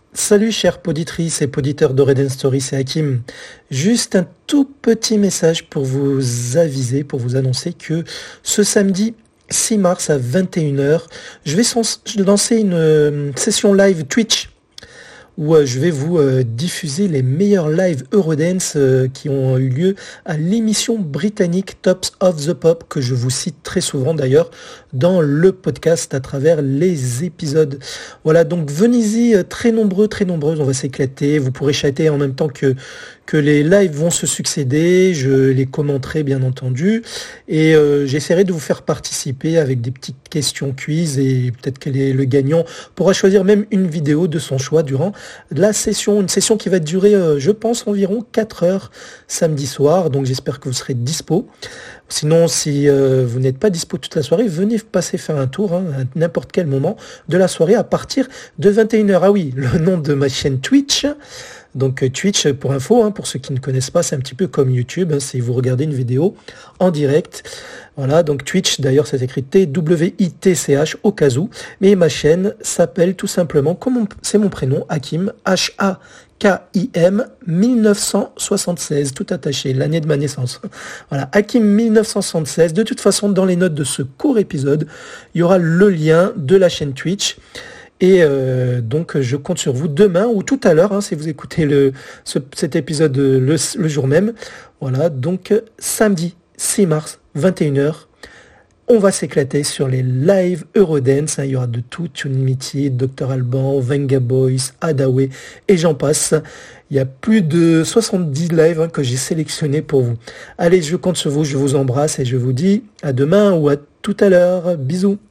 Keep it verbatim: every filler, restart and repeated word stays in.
Salut chères poditrices et poditeurs d'Oredent Story, c'est Hakim. Juste un tout petit message pour vous aviser, pour vous annoncer que ce samedi six mars à vingt et une heures, je vais sens- lancer une euh, session live Twitch où euh, je vais vous euh, diffuser les meilleurs lives Eurodance euh, qui ont eu lieu à l'émission britannique Tops of the Pop, que je vous cite très souvent d'ailleurs dans le podcast à travers les épisodes. Voilà, donc venez-y euh, très nombreux, très nombreuses, on va s'éclater, vous pourrez chatter en même temps que que les lives vont se succéder, je les commenterai bien entendu, et euh, j'essaierai de vous faire participer avec des petites questions quiz, et peut-être que les- le gagnant pourra choisir même une vidéo de son choix durant la session, une session qui va durer, euh, je pense, environ quatre heures samedi soir, donc j'espère que vous serez dispo. Sinon, si euh, vous n'êtes pas dispo toute la soirée, venez passer faire un tour hein, à n'importe quel moment de la soirée à partir de vingt et une heures. Ah oui, le nom de ma chaîne Twitch. Donc euh, Twitch, pour info, hein, pour ceux qui ne connaissent pas, c'est un petit peu comme YouTube, hein, si vous regardez une vidéo en direct. Voilà, donc Twitch, d'ailleurs, c'est écrit T W I T C H au cas où. Mais ma chaîne s'appelle tout simplement, comme mon- c'est mon prénom, Hakim, H A K I M mille neuf cent soixante-seize, tout attaché, l'année de ma naissance. Voilà, Hakim mille neuf cent soixante-seize. De toute façon, dans les notes de ce court épisode, il y aura le lien de la chaîne Twitch. Et euh, donc, je compte sur vous demain ou tout à l'heure, hein, si vous écoutez le, ce- cet épisode euh, le, le jour même. Voilà, donc euh, samedi six mars, vingt et une heures, on va s'éclater sur les lives Eurodance. Hein, il y aura de tout, Unity, docteur Alban, Venga Boys, Adaway et j'en passe. Il y a plus de soixante-dix lives hein, que j'ai sélectionnés pour vous. Allez, je compte sur vous, je vous embrasse et je vous dis à demain ou à tout à l'heure. Bisous.